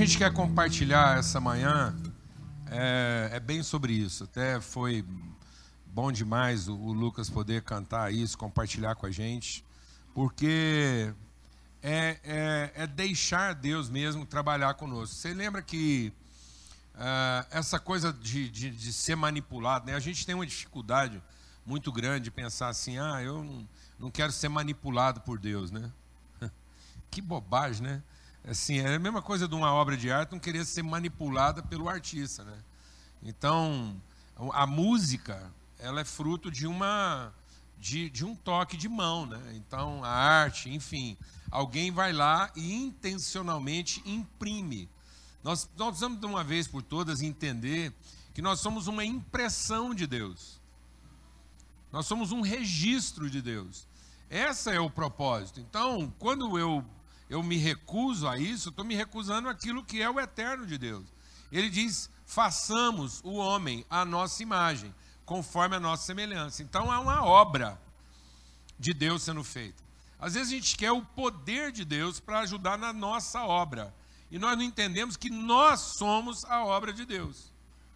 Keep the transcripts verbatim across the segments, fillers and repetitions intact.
gente quer compartilhar essa manhã é, é bem sobre isso. Até foi bom demais o, o Lucas poder cantar isso, compartilhar com a gente, porque é, é, é deixar Deus mesmo trabalhar conosco. Você lembra que uh, essa coisa de, de, de ser manipulado, né? A gente tem uma dificuldade muito grande de pensar assim, ah, eu não, não quero ser manipulado por Deus, né? Que bobagem, né? Assim, é a mesma coisa de uma obra de arte não querer ser manipulada pelo artista, né? Então, a música, ela é fruto de uma de, de um toque de mão, né? Então, a arte, enfim, alguém vai lá e intencionalmente imprime. Nós, nós precisamos de uma vez por todas entender que nós somos uma impressão de Deus. Nós somos um registro de Deus. Esse é o propósito. Então, quando eu eu me recuso a isso, estou me recusando àquilo que é o eterno de Deus. Ele diz, façamos o homem à nossa imagem, conforme a nossa semelhança. Então, há uma obra de Deus sendo feita. Às vezes a gente quer o poder de Deus para ajudar na nossa obra. E nós não entendemos que nós somos a obra de Deus.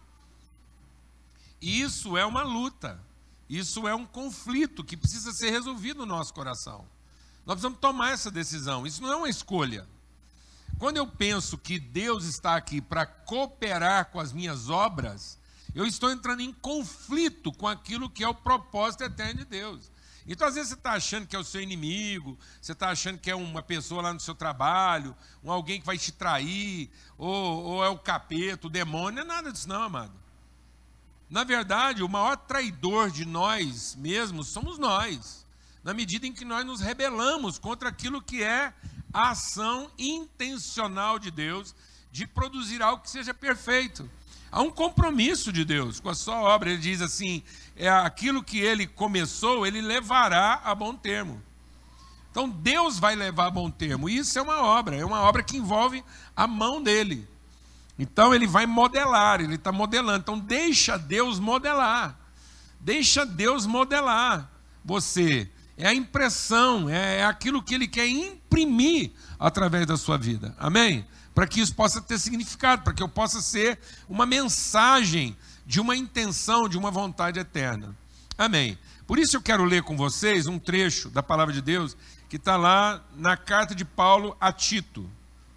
E isso é uma luta. Isso é um conflito que precisa ser resolvido no nosso coração. Nós precisamos tomar essa decisão. Isso não é uma escolha. Quando eu penso que Deus está aqui para cooperar com as minhas obras, eu estou entrando em conflito com aquilo que é o propósito eterno de Deus. Então, às vezes, você está achando que é o seu inimigo, você está achando que é uma pessoa lá no seu trabalho, um alguém que vai te trair, ou, ou é o capeta, o demônio. Não é nada disso não, amado. Na verdade, o maior traidor de nós mesmos somos nós, na medida em que nós nos rebelamos contra aquilo que é a ação intencional de Deus de produzir algo que seja perfeito. Há um compromisso de Deus com a sua obra. Ele diz assim, é aquilo que ele começou, ele levará a bom termo. Então Deus vai levar a bom termo. E isso é uma obra, é uma obra que envolve a mão dele. Então ele vai modelar, ele está modelando. Então deixa Deus modelar. Deixa Deus modelar você. É a impressão, é aquilo que ele quer imprimir através da sua vida. Amém? Para que isso possa ter significado, para que eu possa ser uma mensagem de uma intenção, de uma vontade eterna. Amém? Por isso eu quero ler com vocês um trecho da palavra de Deus que está lá na carta de Paulo a Tito.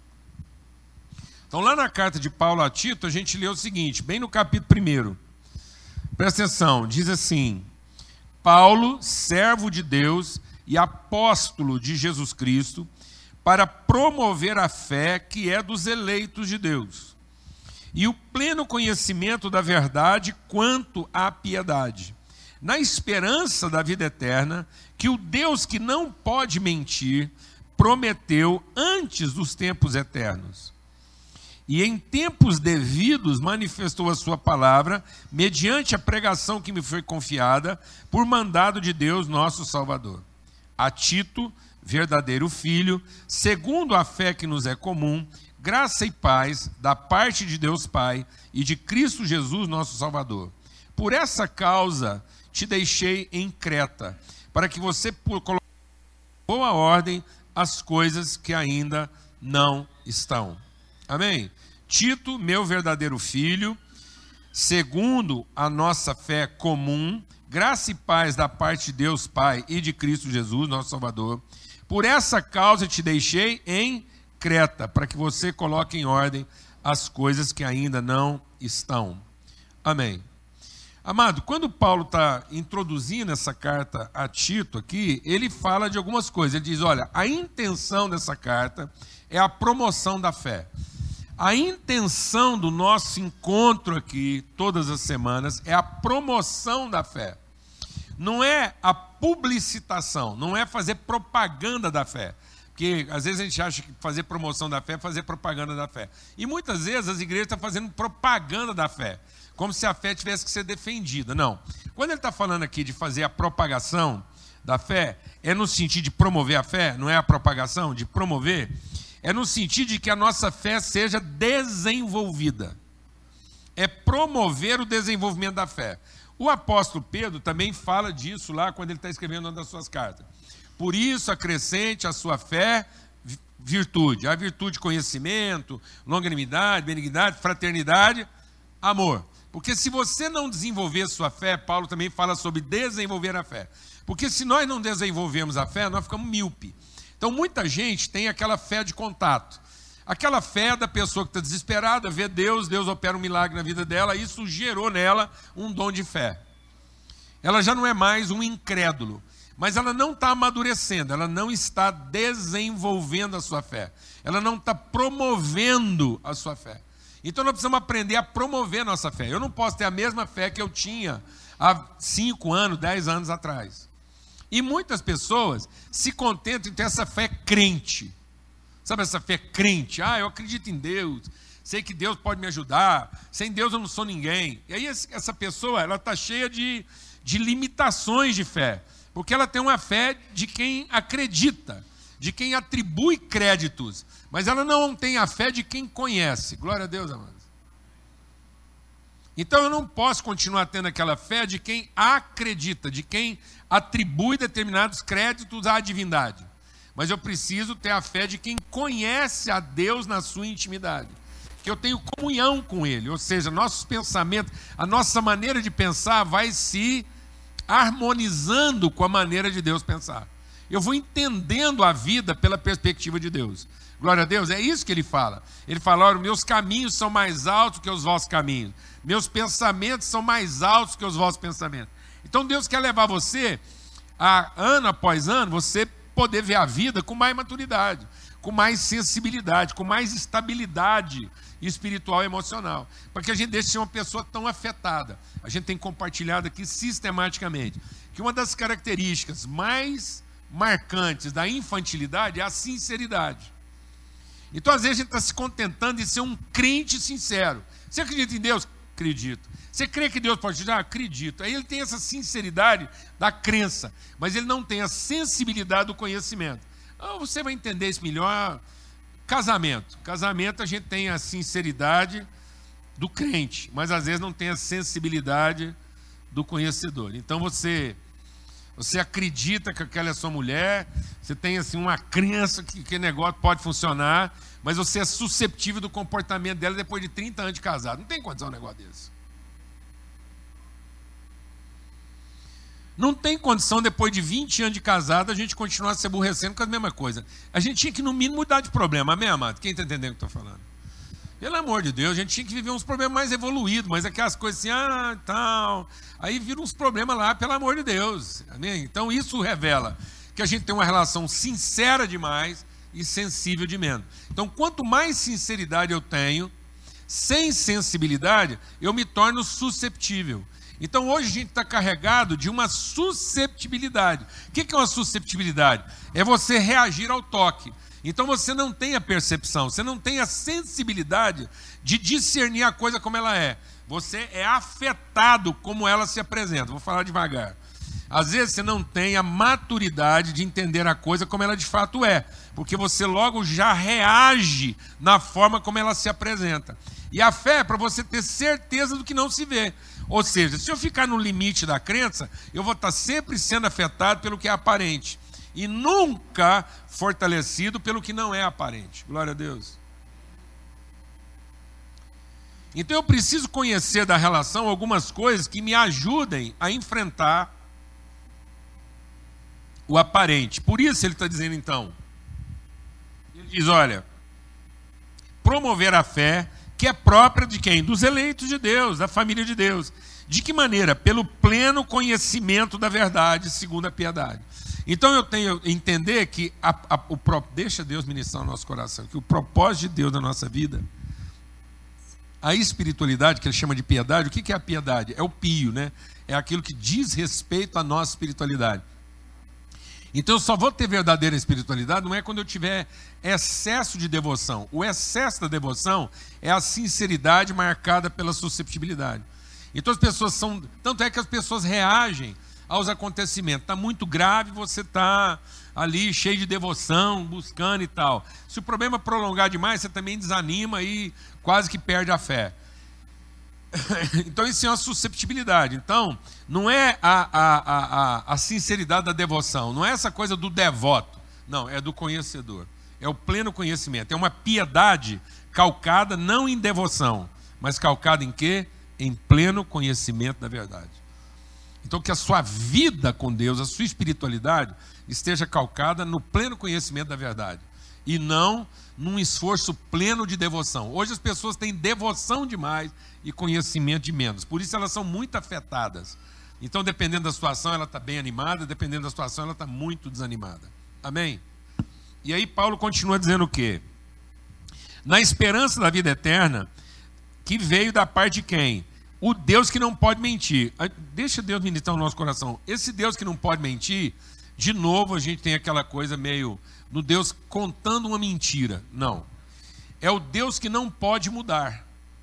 Então lá na carta de Paulo a Tito a gente lê o seguinte, bem no capítulo primeiro. Presta atenção, diz assim... Paulo, servo de Deus e apóstolo de Jesus Cristo, para promover a fé que é dos eleitos de Deus, e o pleno conhecimento da verdade quanto à piedade, na esperança da vida eterna, que o Deus que não pode mentir, prometeu antes dos tempos eternos. E em tempos devidos manifestou a sua palavra, mediante a pregação que me foi confiada, por mandado de Deus nosso Salvador. A Tito, verdadeiro filho, segundo a fé que nos é comum, graça e paz da parte de Deus Pai e de Cristo Jesus nosso Salvador. Por essa causa te deixei em Creta, para que você coloque em boa ordem as coisas que ainda não estão. Amém? Tito, meu verdadeiro filho, segundo a nossa fé comum, graça e paz da parte de Deus Pai e de Cristo Jesus, nosso Salvador. Por essa causa te deixei em Creta, para que você coloque em ordem as coisas que ainda não estão. Amém. Amado, quando Paulo está introduzindo essa carta a Tito aqui, ele fala de algumas coisas. Ele diz, olha, a intenção dessa carta é a promoção da fé. A intenção do nosso encontro aqui, todas as semanas, é a promoção da fé. Não é a publicitação, não é fazer propaganda da fé. Porque às vezes a gente acha que fazer promoção da fé é fazer propaganda da fé. E muitas vezes as igrejas estão fazendo propaganda da fé, como se a fé tivesse que ser defendida. Não. Quando ele está falando aqui de fazer a propagação da fé, é no sentido de promover a fé, não é a propagação, de promover. É no sentido de que a nossa fé seja desenvolvida. É promover o desenvolvimento da fé. O apóstolo Pedro também fala disso lá quando ele está escrevendo uma das suas cartas. Por isso, acrescente a sua fé virtude. A virtude, conhecimento, longanimidade, benignidade, fraternidade, amor. Porque se você não desenvolver sua fé, Paulo também fala sobre desenvolver a fé. Porque se nós não desenvolvemos a fé, nós ficamos míope. Então muita gente tem aquela fé de contato. Aquela fé da pessoa que está desesperada, vê Deus, Deus opera um milagre na vida dela, isso gerou nela um dom de fé. Ela já não é mais um incrédulo, mas ela não está amadurecendo, ela não está desenvolvendo a sua fé, ela não está promovendo a sua fé. Então nós precisamos aprender a promover a nossa fé. Eu não posso ter a mesma fé que eu tinha há cinco anos, dez anos atrás. E muitas pessoas se contentam em ter essa fé crente. Sabe essa fé crente? Ah, eu acredito em Deus, sei que Deus pode me ajudar, sem Deus eu não sou ninguém. E aí essa pessoa, ela está cheia de, de limitações de fé, porque ela tem uma fé de quem acredita, de quem atribui créditos, mas ela não tem a fé de quem conhece. Glória a Deus, amados. Então eu não posso continuar tendo aquela fé de quem acredita, de quem atribui determinados créditos à divindade. Mas eu preciso ter a fé de quem conhece a Deus na sua intimidade, que eu tenho comunhão com Ele, ou seja, nossos pensamentos, a nossa maneira de pensar vai se harmonizando com a maneira de Deus pensar. Eu vou entendendo a vida pela perspectiva de Deus. Glória a Deus, é isso que ele fala. Ele fala, olha, meus caminhos são mais altos que os vossos caminhos, meus pensamentos são mais altos que os vossos pensamentos. Então Deus quer levar você, a, ano após ano, você poder ver a vida com mais maturidade, com mais sensibilidade, com mais estabilidade espiritual e emocional, para que a gente deixe de ser uma pessoa tão afetada. A gente tem compartilhado aqui sistematicamente que uma das características mais marcantes da infantilidade é a sinceridade. Então às vezes a gente está se contentando de ser um crente sincero. Você acredita em Deus? Acredito. Você crê que Deus pode te dar? Acredito. Aí ele tem essa sinceridade da crença, mas ele não tem a sensibilidade do conhecimento. Então, você vai entender isso melhor. Casamento. Casamento a gente tem a sinceridade do crente, mas às vezes não tem a sensibilidade do conhecedor. Então você, você acredita que aquela é sua mulher, você tem assim, uma crença que aquele negócio pode funcionar, mas você é susceptível do comportamento dela depois de trinta anos de casado. Não tem condição um negócio desse. Não tem condição, depois de vinte anos de casado, a gente continuar se aborrecendo com a mesma coisa. A gente tinha que, no mínimo, mudar de problema, amém, amado? Quem está entendendo o que eu estou falando? Pelo amor de Deus, a gente tinha que viver uns problemas mais evoluídos, mas aquelas coisas assim, ah, tal. Aí viram uns problemas lá, pelo amor de Deus. Amém? Então isso revela que a gente tem uma relação sincera demais e sensível de menos. Então, quanto mais sinceridade eu tenho, sem sensibilidade, eu me torno susceptível. Então hoje a gente está carregado de uma susceptibilidade. O que é uma susceptibilidade? É você reagir ao toque. Então você não tem a percepção, você não tem a sensibilidade de discernir a coisa como ela é. Você é afetado como ela se apresenta. Vou falar devagar. Às vezes você não tem a maturidade de entender a coisa como ela de fato é, porque você logo já reage na forma como ela se apresenta. E a fé é para você ter certeza do que não se vê. Ou seja, se eu ficar no limite da crença, eu vou estar sempre sendo afetado pelo que é aparente e nunca fortalecido pelo que não é aparente. Glória a Deus. Então eu preciso conhecer da relação algumas coisas que me ajudem a enfrentar o aparente. Por isso ele está dizendo então, ele diz, olha, promover a fé que é própria de quem? Dos eleitos de Deus, da família de Deus. De que maneira? Pelo pleno conhecimento da verdade, segundo a piedade. Então eu tenho que entender que, a, a, o, deixa Deus ministrar no nosso coração, que o propósito de Deus na nossa vida, a espiritualidade, que ele chama de piedade, o que é a piedade? É o pio, né? É aquilo que diz respeito à nossa espiritualidade. Então eu só vou ter verdadeira espiritualidade não é quando eu tiver excesso de devoção. O excesso da devoção é a sinceridade marcada pela susceptibilidade. Então as pessoas são... Tanto é que as pessoas reagem aos acontecimentos. Está muito grave, você está ali cheio de devoção, buscando e tal. Se o problema prolongar demais, você também desanima e quase que perde a fé. Então isso é uma susceptibilidade. Então não é a, a, a, a sinceridade da devoção, não é essa coisa do devoto, não, é do conhecedor, É o pleno conhecimento. É uma piedade calcada não em devoção, mas calcada em quê? Em pleno conhecimento da verdade. Então que a sua vida com Deus, a sua espiritualidade, esteja calcada no pleno conhecimento da verdade. E não num esforço pleno de devoção. Hoje as pessoas têm devoção demais e conhecimento de menos. Por isso elas são muito afetadas. Então, dependendo da situação, ela está bem animada, dependendo da situação, ela está muito desanimada. Amém? E aí Paulo continua dizendo o quê? Na esperança da vida eterna, que veio da parte de quem? O Deus que não pode mentir. Deixa Deus ministrar o nosso coração. Esse Deus que não pode mentir, de novo a gente tem aquela coisa meio, no Deus contando uma mentira. Não. É o Deus que não pode mudar.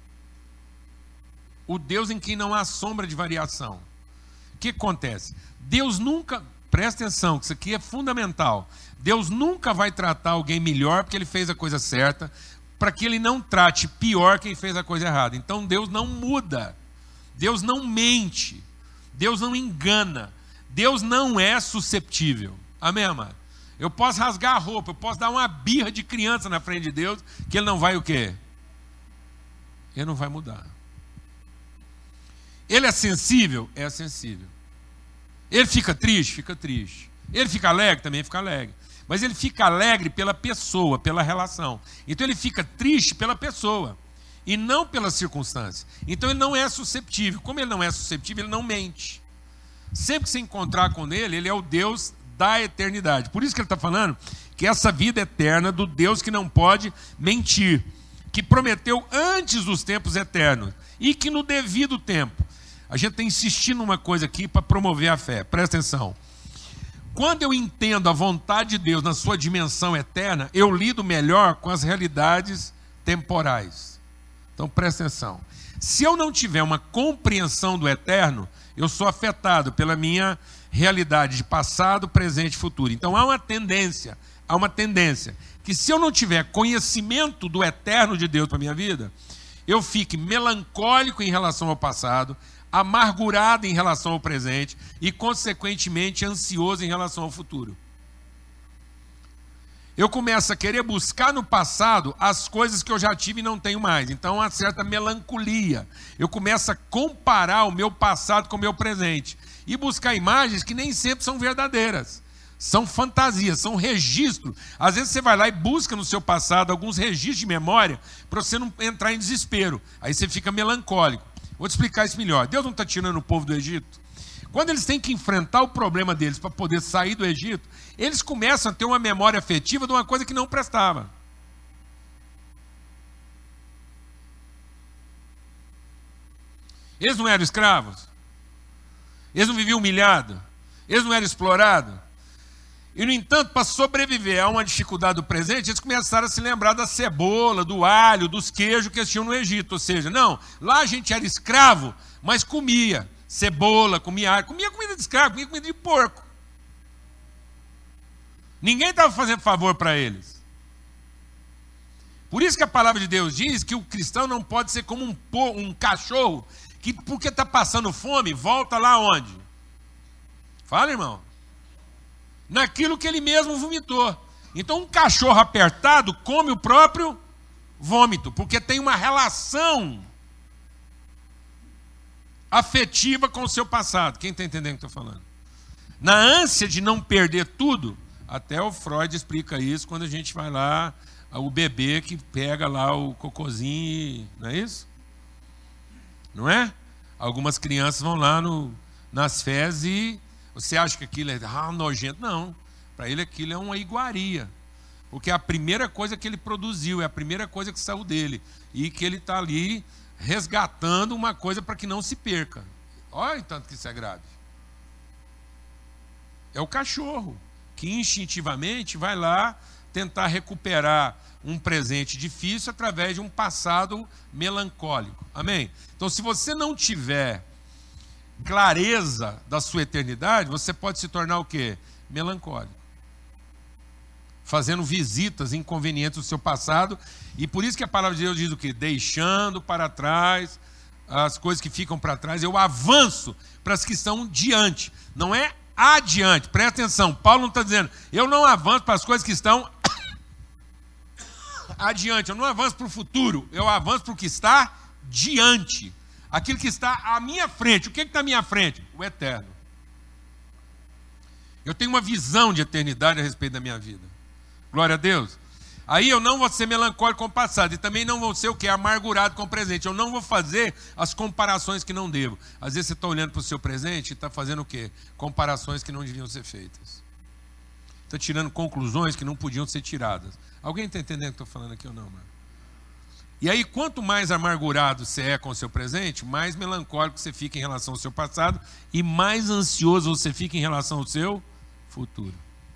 O Deus em quem não há sombra de variação. O que acontece? Deus nunca, presta atenção, que isso aqui é fundamental. Deus nunca vai tratar alguém melhor porque ele fez a coisa certa, para que ele não trate pior quem fez a coisa errada. Então Deus não muda, Deus não mente, Deus não engana, Deus não é susceptível. Amém, amado? Eu posso rasgar a roupa, eu posso dar uma birra de criança na frente de Deus, que ele não vai o quê? Ele não vai mudar. Ele é sensível? É sensível. Ele fica triste? Fica triste. Ele fica alegre? Também fica alegre. Mas ele fica alegre pela pessoa, pela relação. Então ele fica triste pela pessoa e não pela circunstância. Então ele não é susceptível. Como ele não é susceptível, ele não mente. Sempre que você encontrar com ele, ele é o Deus da eternidade. Por isso que ele está falando que essa vida eterna do Deus que não pode mentir, que prometeu antes dos tempos eternos e que no devido tempo. A gente tem insistido numa coisa aqui para promover a fé. Presta atenção. Quando eu entendo a vontade de Deus na sua dimensão eterna, eu lido melhor com as realidades temporais. Então presta atenção. Se eu não tiver uma compreensão do eterno, eu sou afetado pela minha realidade de passado, presente e futuro. Então há uma tendência, há uma tendência que se eu não tiver conhecimento do eterno de Deus para a minha vida, eu fique melancólico em relação ao passado, amargurado em relação ao presente e, consequentemente, ansioso em relação ao futuro. Eu começo a querer buscar no passado as coisas que eu já tive e não tenho mais. Então, uma certa melancolia. Eu começo a comparar o meu passado com o meu presente e buscar imagens que nem sempre são verdadeiras. São fantasias, são registros. Às vezes você vai lá e busca no seu passado alguns registros de memória para você não entrar em desespero. Aí você fica melancólico. Vou te explicar isso melhor. Deus não está tirando o povo do Egito? Quando eles têm que enfrentar o problema deles para poder sair do Egito, eles começam a ter uma memória afetiva de uma coisa que não prestava. Eles não eram escravos? Eles não viviam humilhados? Eles não eram explorados? E, no entanto, para sobreviver a uma dificuldade do presente, eles começaram a se lembrar da cebola, do alho, dos queijos que eles tinham no Egito. Ou seja, não, lá a gente era escravo, mas comia cebola, comia alho, comia comida de escravo, comia comida de porco. Ninguém estava fazendo favor para eles. Por isso que a palavra de Deus diz que o cristão não pode ser como um, um cachorro que, porque está passando fome, volta lá onde? Fala, irmão. Naquilo que ele mesmo vomitou. Então um cachorro apertado come o próprio vômito, porque tem uma relação afetiva com o seu passado. Quem está entendendo o que eu estou falando? Na ânsia de não perder tudo, até o Freud explica isso quando a gente vai lá, o bebê que pega lá o cocôzinho, não é isso? Não é? Algumas crianças vão lá no, nas fezes e você acha que aquilo é ah, nojento? Não. Para ele aquilo é uma iguaria. Porque é a primeira coisa que ele produziu, é a primeira coisa que saiu dele. E que ele está ali resgatando uma coisa para que não se perca. Olha tanto que isso é grave. É o cachorro que instintivamente vai lá tentar recuperar um presente difícil através de um passado melancólico. Amém? Então, se você não tiver clareza da sua eternidade, você pode se tornar o quê? Melancólico. Fazendo visitas inconvenientes do seu passado. E por isso que a palavra de Deus diz o quê? Deixando para trás as coisas que ficam para trás. Eu avanço para as que estão diante. Não é adiante. Presta atenção. Paulo não está dizendo, eu não avanço para as coisas que estão adiante, eu não avanço para o futuro, eu avanço para o que está diante. Aquilo que está à minha frente. O que está à minha frente? O eterno. Eu tenho uma visão de eternidade a respeito da minha vida. Glória a Deus. Aí eu não vou ser melancólico com o passado. E também não vou ser o que? Amargurado com o presente. Eu não vou fazer as comparações que não devo. Às vezes você está olhando para o seu presente e está fazendo o quê? Comparações que não deviam ser feitas. Está tirando conclusões que não podiam ser tiradas. Alguém está entendendo o que eu estou falando aqui ou não, mano? E aí, quanto mais amargurado você é com o seu presente, mais melancólico você fica em relação ao seu passado e mais ansioso você fica em relação ao seu futuro.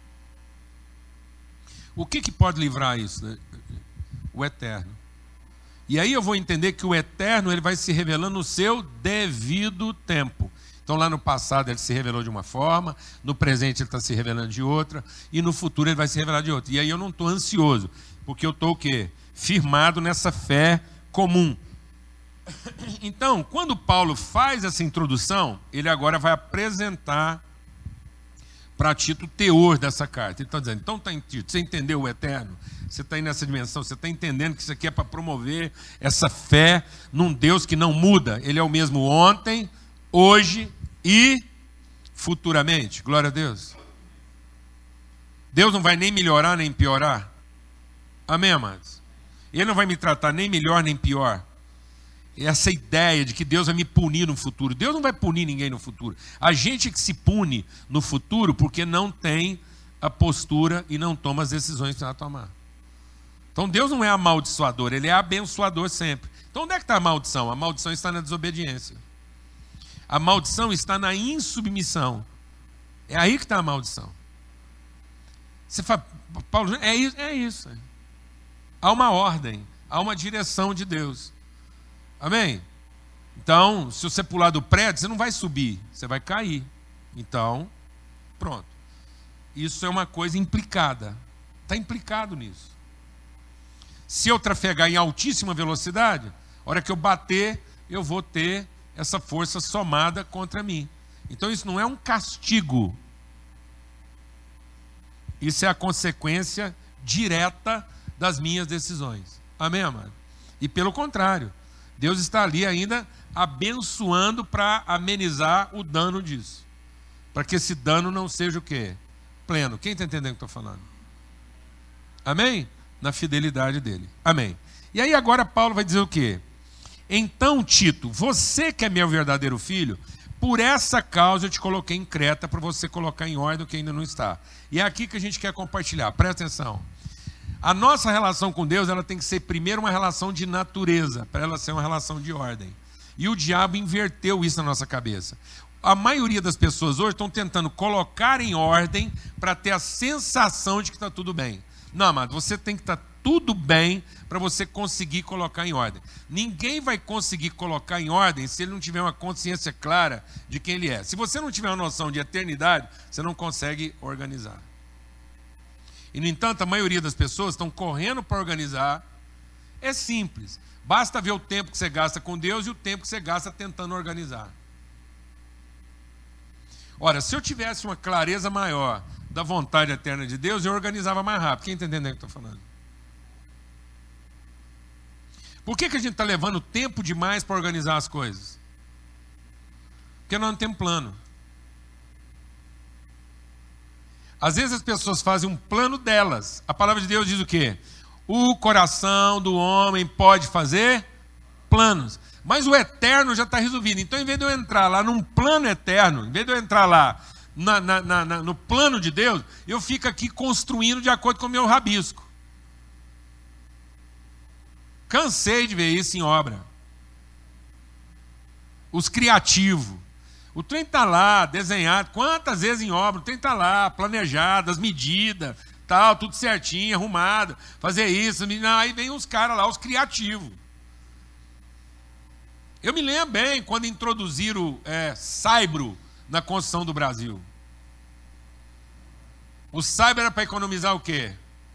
O que, que pode livrar isso? Né? O eterno. E aí eu vou entender que o eterno ele vai se revelando no seu devido tempo. Então lá no passado ele se revelou de uma forma, no presente ele está se revelando de outra, e no futuro ele vai se revelar de outra. E aí eu não estou ansioso, porque eu estou o quê? Firmado nessa fé comum. Então, quando Paulo faz essa introdução, ele agora vai apresentar para Tito o teor dessa carta. Ele está dizendo, então está em Tito, você entendeu o eterno? Você está aí nessa dimensão, você está entendendo que isso aqui é para promover essa fé num Deus que não muda. Ele é o mesmo ontem, hoje e futuramente. Glória a Deus. Deus não vai nem melhorar nem piorar. Amém, amados? Ele não vai me tratar nem melhor nem pior. Essa ideia de que Deus vai me punir no futuro. Deus não vai punir ninguém no futuro. A gente que se pune no futuro porque não tem a postura e não toma as decisões que vai tomar. Então Deus não é amaldiçoador, Ele é abençoador sempre. Então onde é que está a maldição? A maldição está na desobediência. A maldição está na insubmissão. É aí que está a maldição. Você fala, Paulo, é isso. É isso. Há uma ordem, há uma direção de Deus. Amém? Então, se você pular do prédio, você não vai subir, você vai cair. Então, pronto. Isso é uma coisa implicada. Está implicado nisso. Se eu trafegar em altíssima velocidade, a hora que eu bater, eu vou ter essa força somada contra mim. Então, isso não é um castigo. Isso é a consequência direta das minhas decisões. Amém, amado? E pelo contrário, Deus está ali ainda abençoando para amenizar o dano disso. Para que esse dano não seja o quê? Pleno. Quem está entendendo o que eu estou falando? Amém? Na fidelidade dele. Amém. E aí agora Paulo vai dizer o quê? Então, Tito, você que é meu verdadeiro filho, por essa causa eu te coloquei em Creta para você colocar em ordem o que ainda não está. E é aqui que a gente quer compartilhar. Presta atenção. A nossa relação com Deus, ela tem que ser primeiro uma relação de natureza, para ela ser uma relação de ordem. E o diabo inverteu isso na nossa cabeça. A maioria das pessoas hoje estão tentando colocar em ordem para ter a sensação de que está tudo bem. Não, amado, você tem que estar tudo bem para você conseguir colocar em ordem. Ninguém vai conseguir colocar em ordem se ele não tiver uma consciência clara de quem ele é. Se você não tiver uma noção de eternidade, você não consegue organizar. E, no entanto, a maioria das pessoas estão correndo para organizar. É simples. Basta ver o tempo que você gasta com Deus e o tempo que você gasta tentando organizar. Ora, se eu tivesse uma clareza maior da vontade eterna de Deus, eu organizava mais rápido. Quem está entendendo o que eu estou falando? Por que, que a gente está levando tempo demais para organizar as coisas? Porque nós não temos plano. Às vezes as pessoas fazem um plano delas. A palavra de Deus diz o quê? O coração do homem pode fazer planos, mas o eterno já está resolvido. Então, em vez de eu entrar lá num plano eterno, em vez de eu entrar lá na, na, na, na, no plano de Deus, eu fico aqui construindo de acordo com o meu rabisco. Cansei de ver isso em obra. Os criativos. O trem está lá, desenhado, quantas vezes em obra, o trem está lá, planejado, as medidas, tal, tudo certinho, arrumado, fazer isso, aí vem os caras lá, os criativos. Eu me lembro bem quando introduziram é, saibro na construção do Brasil. O saibro era para economizar o quê?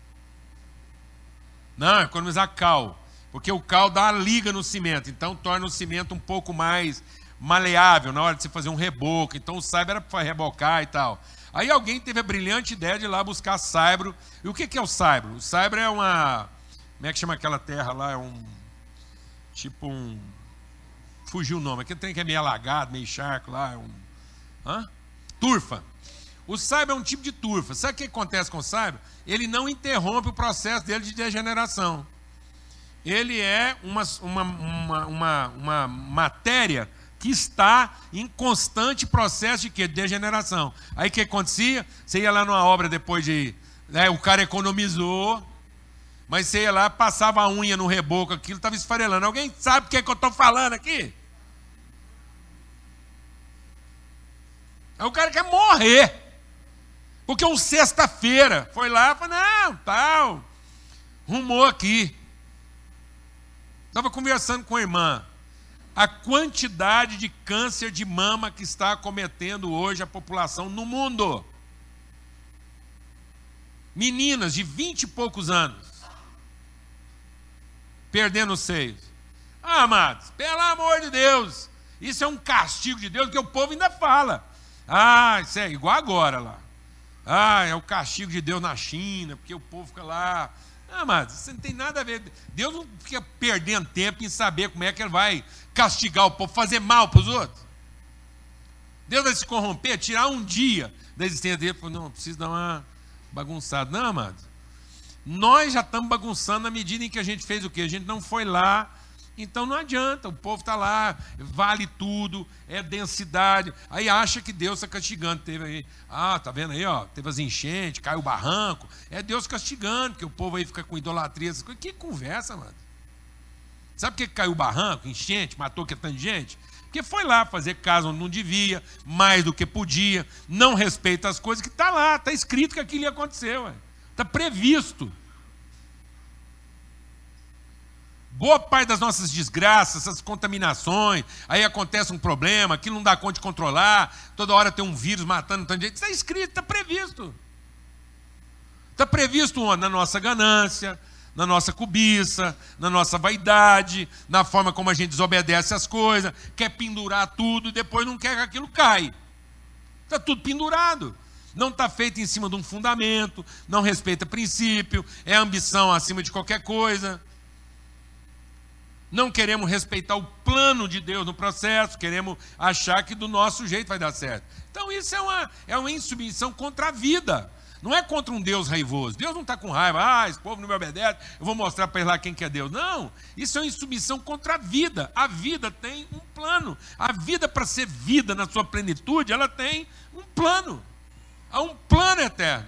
Não, economizar cal, porque o cal dá uma liga no cimento, então torna o cimento um pouco mais maleável na hora de você fazer um reboco. Então o saibro era para rebocar e tal. Aí alguém teve a brilhante ideia de ir lá buscar saibro. E o que é o saibro? O saibro é uma, Como é que chama aquela terra lá? É um... Tipo um... Fugiu o nome. Aquele trem que é meio alagado, meio charco lá. É um... Hã? Turfa. O saibo é um tipo de turfa. Sabe o que acontece com o saibo? Ele não interrompe o processo dele de degeneração. Ele é uma, uma, uma, uma, uma matéria que está em constante processo de quê? De degeneração. Aí o que acontecia? Você ia lá numa obra depois de... Né, o cara economizou, mas você ia lá, passava a unha no reboco, aquilo estava esfarelando. Alguém sabe o que é que eu estou falando aqui? Aí o cara quer morrer. Porque um sexta-feira foi lá e falou, não, tal, rumou aqui. Estava conversando com a irmã. A quantidade de câncer de mama que está acometendo hoje a população no mundo. Meninas de vinte e poucos anos. Perdendo os seios. Ah, amados, pelo amor de Deus. Isso é um castigo de Deus, que o povo ainda fala. Ah, isso é igual agora lá. Ah, é o castigo de Deus na China, porque o povo fica lá... Ah, mas isso não tem nada a ver. Deus não fica perdendo tempo em saber como é que ele vai castigar o povo, fazer mal para os outros. Deus vai se corromper, tirar um dia da existência dele. Não, preciso dar uma bagunçada. Não, amado. Nós já estamos bagunçando na medida em que a gente fez o quê? A gente não foi lá. Então não adianta, o povo está lá, vale tudo, é densidade. Aí acha que Deus está castigando. Teve aí, ah, tá vendo aí, ó, teve as enchentes, caiu o barranco. É Deus castigando, porque o povo aí fica com idolatria, essas coisas. Que conversa, mano. Sabe por que caiu o barranco, enchente, matou que tanta gente? Porque foi lá fazer casa onde não devia, mais do que podia, não respeita as coisas que está lá, está escrito que aquilo ia acontecer, está previsto. Boa parte das nossas desgraças, essas contaminações, aí acontece um problema, aquilo não dá conta de controlar, toda hora tem um vírus matando tanta gente. Isso está escrito, está previsto. Está previsto onde? Na nossa ganância, na nossa cobiça, na nossa vaidade, na forma como a gente desobedece as coisas, quer pendurar tudo e depois não quer que aquilo caia. Está tudo pendurado. Não está feito em cima de um fundamento, não respeita princípio, é ambição acima de qualquer coisa. Não queremos respeitar o plano de Deus no processo, queremos achar que do nosso jeito vai dar certo. Então isso é uma, é uma insubmissão contra a vida. Não é contra um Deus raivoso. Deus não está com raiva. Ah, esse povo não me obedece, eu vou mostrar para ele lá quem que é Deus. Não, isso é uma insubmissão contra a vida. A vida tem um plano. A vida, para ser vida na sua plenitude, ela tem um plano. Há um plano eterno.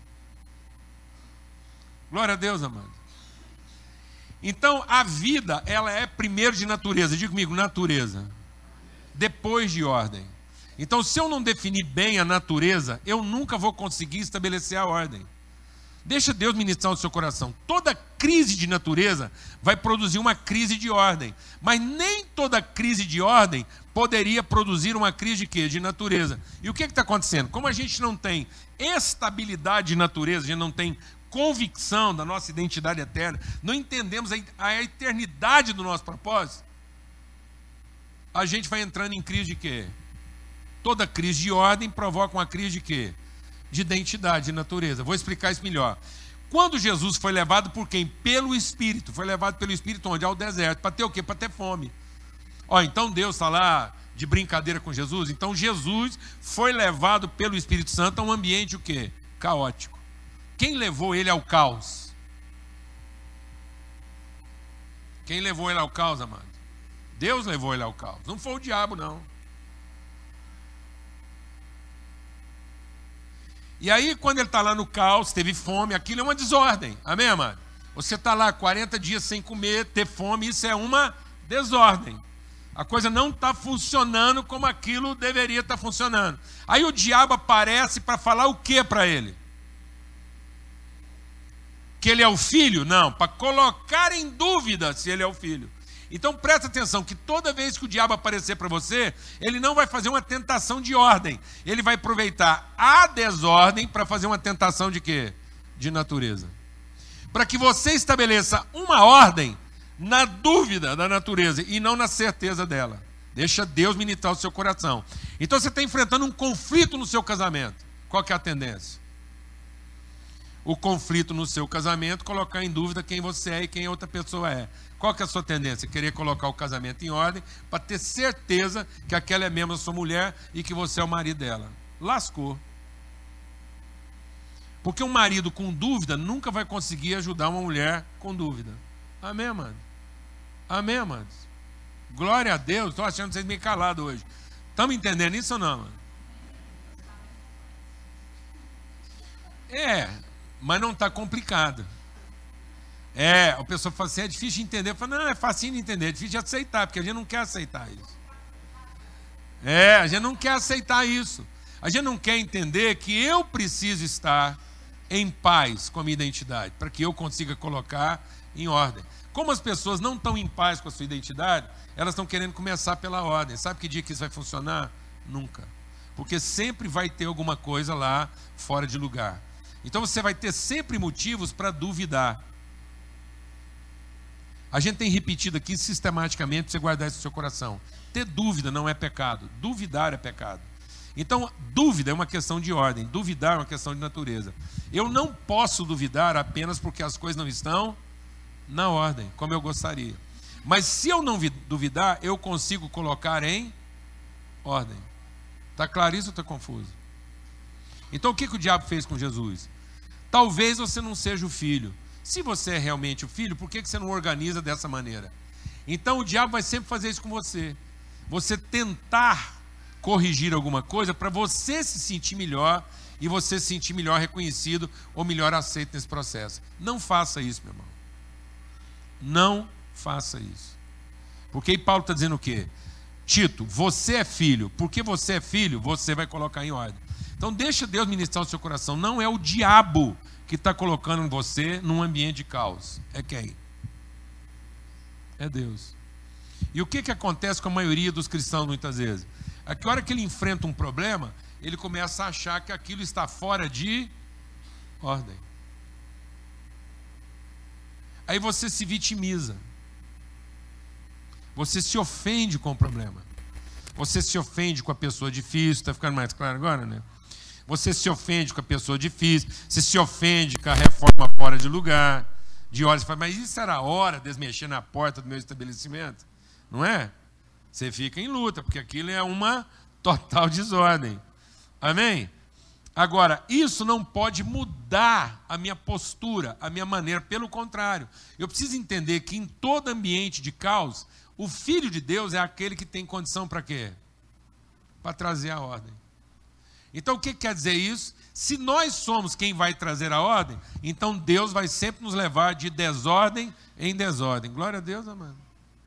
Glória a Deus, amado. Então, a vida, ela é primeiro de natureza. Diga comigo, natureza. Depois de ordem. Então, se eu não definir bem a natureza, eu nunca vou conseguir estabelecer a ordem. Deixa Deus ministrar no seu coração. Toda crise de natureza vai produzir uma crise de ordem. Mas nem toda crise de ordem poderia produzir uma crise de quê? De natureza. E o que está acontecendo? Como a gente não tem estabilidade de natureza, a gente não tem convicção da nossa identidade eterna, não entendemos a eternidade do nosso propósito, a gente vai entrando em crise de quê? Toda crise de ordem provoca uma crise de quê? De identidade, de natureza. Vou explicar isso melhor. Quando Jesus foi levado por quem? Pelo Espírito. Foi levado pelo Espírito onde? Ao deserto. Para ter o quê? Para ter fome. Ó, então Deus está lá de brincadeira com Jesus? Então Jesus foi levado pelo Espírito Santo a um ambiente o quê? Caótico. Quem levou ele ao caos? Quem levou ele ao caos, amado? Deus levou ele ao caos. Não foi o diabo, não. E aí, quando ele está lá no caos, teve fome, aquilo é uma desordem. Amém, amado? Você está lá quarenta dias sem comer, ter fome, isso é uma desordem. A coisa não está funcionando como aquilo deveria estar funcionando. Aí o diabo aparece para falar o que para ele? Que ele é o filho? Não, para colocar em dúvida se ele é o filho. Então presta atenção que toda vez que o diabo aparecer para você, ele não vai fazer uma tentação de ordem. Ele vai aproveitar a desordem para fazer uma tentação de quê? De natureza. Para que você estabeleça uma ordem na dúvida da natureza e não na certeza dela. Deixa Deus ministrar o seu coração. Então você está enfrentando um conflito no seu casamento. Qual que é a tendência? o conflito no seu casamento, colocar em dúvida quem você é e quem a outra pessoa é. Qual que é a sua tendência? Querer colocar o casamento em ordem para ter certeza que aquela é mesmo a sua mulher e que você é o marido dela. Lascou. Porque um marido com dúvida nunca vai conseguir ajudar uma mulher com dúvida. Amém, mano? Amém, amados? Glória a Deus. Estou achando vocês meio calados hoje. Estamos entendendo isso ou não, mano? É, mas não está complicado. É, a pessoa fala assim, é difícil de entender. Eu falo, não, é facinho de entender, é difícil de aceitar, porque a gente não quer aceitar isso. É, a gente não quer aceitar isso. A gente não quer entender que eu preciso estar em paz com a minha identidade, para que eu consiga colocar em ordem. Como as pessoas não estão em paz com a sua identidade, elas estão querendo começar pela ordem. Sabe que dia que isso vai funcionar? Nunca. Porque sempre vai ter alguma coisa lá fora de lugar. Então você vai ter sempre motivos para duvidar. A gente tem repetido aqui sistematicamente para você guardar isso no seu coração. Ter dúvida não é pecado, duvidar é pecado. Então, dúvida é uma questão de ordem, duvidar é uma questão de natureza. Eu não posso duvidar apenas porque as coisas não estão na ordem, como eu gostaria. Mas se eu não duvidar, eu consigo colocar em ordem. Está claro isso ou está confuso? Então, o que, que o diabo fez com Jesus? Talvez você não seja o filho. Se você é realmente o filho, por que, que você não organiza dessa maneira? Então, o diabo vai sempre fazer isso com você. Você tentar corrigir alguma coisa para você se sentir melhor e você se sentir melhor reconhecido ou melhor aceito nesse processo. Não faça isso, meu irmão. Não faça isso. Porque aí Paulo está dizendo o quê? Tito, você é filho. Porque você é filho, você vai colocar em ordem. Então deixa Deus ministrar o seu coração. Não é o diabo que está colocando você num ambiente de caos. É quem? É Deus. E o que, que acontece com a maioria dos cristãos muitas vezes? É que a hora que ele enfrenta um problema, ele começa a achar que aquilo está fora de ordem. Aí você se vitimiza. Você se ofende com o problema. Você se ofende com a pessoa difícil. Está ficando mais claro agora, né? Você se ofende com a pessoa difícil. Você se ofende com a reforma fora de lugar. De hora você fala, mas isso era a hora de mexer na porta do meu estabelecimento? Não é? Você fica em luta, porque aquilo é uma total desordem. Amém? Agora, isso não pode mudar a minha postura, a minha maneira. Pelo contrário, eu preciso entender que em todo ambiente de caos, o Filho de Deus é aquele que tem condição para quê? Para trazer a ordem. Então, o que quer dizer isso? Se nós somos quem vai trazer a ordem, então Deus vai sempre nos levar de desordem em desordem. Glória a Deus, amado.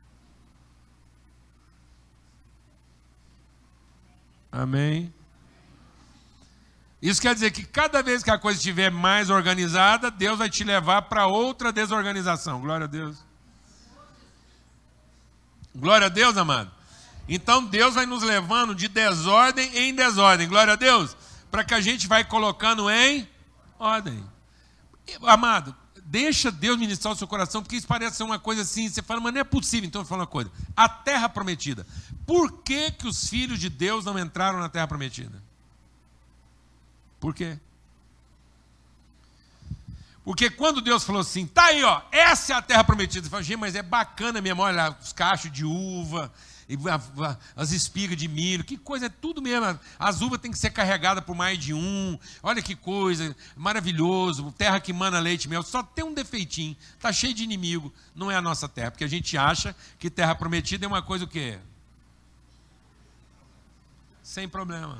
Amém. Isso quer dizer que cada vez que a coisa estiver mais organizada, Deus vai te levar para outra desorganização. Glória a Deus. Glória a Deus, amado. Então Deus vai nos levando de desordem em desordem. Glória a Deus. Para que a gente vai colocando em ordem. Amado, deixa Deus ministrar o seu coração, porque isso parece ser uma coisa assim. Você fala, mas não é possível. Então eu falo uma coisa. A terra prometida. Por que que os filhos de Deus não entraram na terra prometida? Por quê? Porque quando Deus falou assim, tá aí, ó, essa é a terra prometida. Você fala, gente, mas é bacana mesmo, olha, os cachos de uva, as espigas de milho, que coisa, é tudo mesmo. As uvas têm que ser carregadas por mais de um. Olha que coisa, maravilhoso, terra que mana leite e mel. Só tem um defeitinho, tá cheio de inimigo. Não é a nossa terra, porque a gente acha que terra prometida é uma coisa o quê? Sem problema.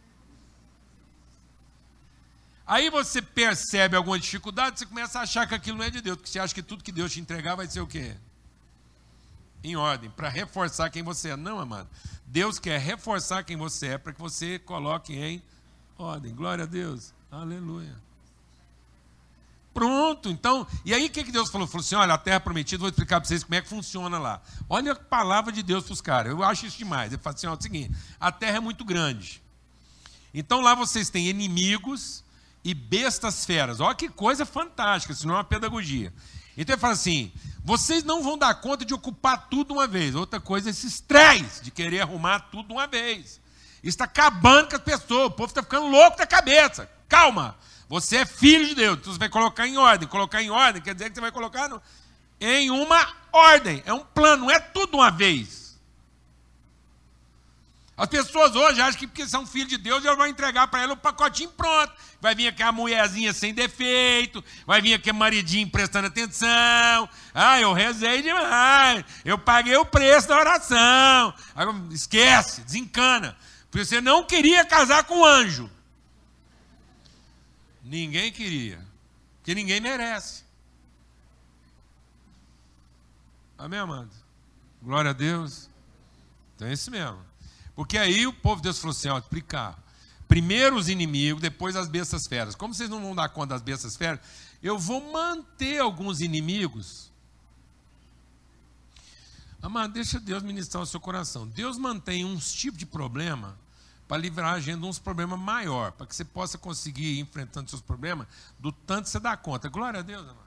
Aí você percebe alguma dificuldade, você começa a achar que aquilo não é de Deus, porque você acha que tudo que Deus te entregar vai ser o quê? Em ordem, para reforçar quem você é. Não, amado. Deus quer reforçar quem você é para que você coloque em ordem. Glória a Deus. Aleluia. Pronto, então, e aí o que, que Deus falou? Falou assim, olha, a terra prometida, vou explicar para vocês como é que funciona lá. Olha a palavra de Deus para os caras, eu acho isso demais. Ele fala assim, ó, é o seguinte, a terra é muito grande. Então lá vocês têm inimigos e bestas feras. Olha que coisa fantástica, isso não é uma pedagogia. Então ele fala assim, vocês não vão dar conta de ocupar tudo de uma vez. Outra coisa é esse estresse de querer arrumar tudo de uma vez. Isso está acabando com as pessoas, o povo está ficando louco da cabeça. Calma, Você é filho de Deus, então você vai colocar em ordem. Colocar em ordem quer dizer que você vai colocar no, em uma ordem. É um plano, não é tudo uma vez. As pessoas hoje acham que porque são filhos de Deus, eu vou entregar para ela o pacotinho pronto. Vai vir aqui a mulherzinha sem defeito, vai vir aqui a maridinho prestando atenção. Ah, eu rezei demais, eu paguei o preço da oração. Agora, esquece, desencana. Porque você não queria casar com um anjo. Ninguém queria, porque ninguém merece. Amém, amado? Glória a Deus. Então é isso mesmo. Porque aí o povo de Deus falou assim, ó, explicar. Primeiro os inimigos, depois as bestas feras. Como vocês não vão dar conta das bestas feras, eu vou manter alguns inimigos. Amado, deixa Deus ministrar o seu coração. Deus mantém uns tipos de problema para livrar a gente de uns problemas maiores, para que você possa conseguir ir enfrentando seus problemas do tanto que você dá conta. Glória a Deus, amado.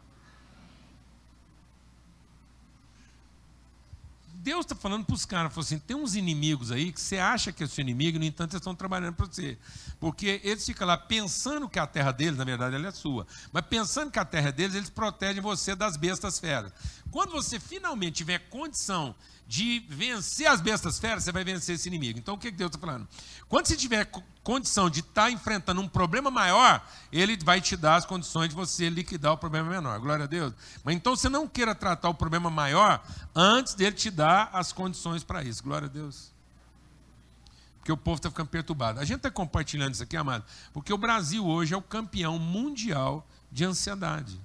Deus está falando para os caras, falou assim, tem uns inimigos aí que você acha que é seu inimigo, no entanto, eles estão trabalhando para você. Porque eles ficam lá pensando que a terra deles, na verdade, ela é sua. Mas pensando que a terra é deles, eles protegem você das bestas feras. Quando você finalmente tiver condição de vencer as bestas feras, você vai vencer esse inimigo. Então, o que Deus está falando? Quando você tiver condição de estar enfrentando um problema maior, Ele vai te dar as condições de você liquidar o problema menor. Glória a Deus. Mas então, você não queira tratar o problema maior antes dele te dar as condições para isso. Glória a Deus. Porque o povo está ficando perturbado. A gente está compartilhando isso aqui, amado, porque o Brasil hoje é o campeão mundial de ansiedade.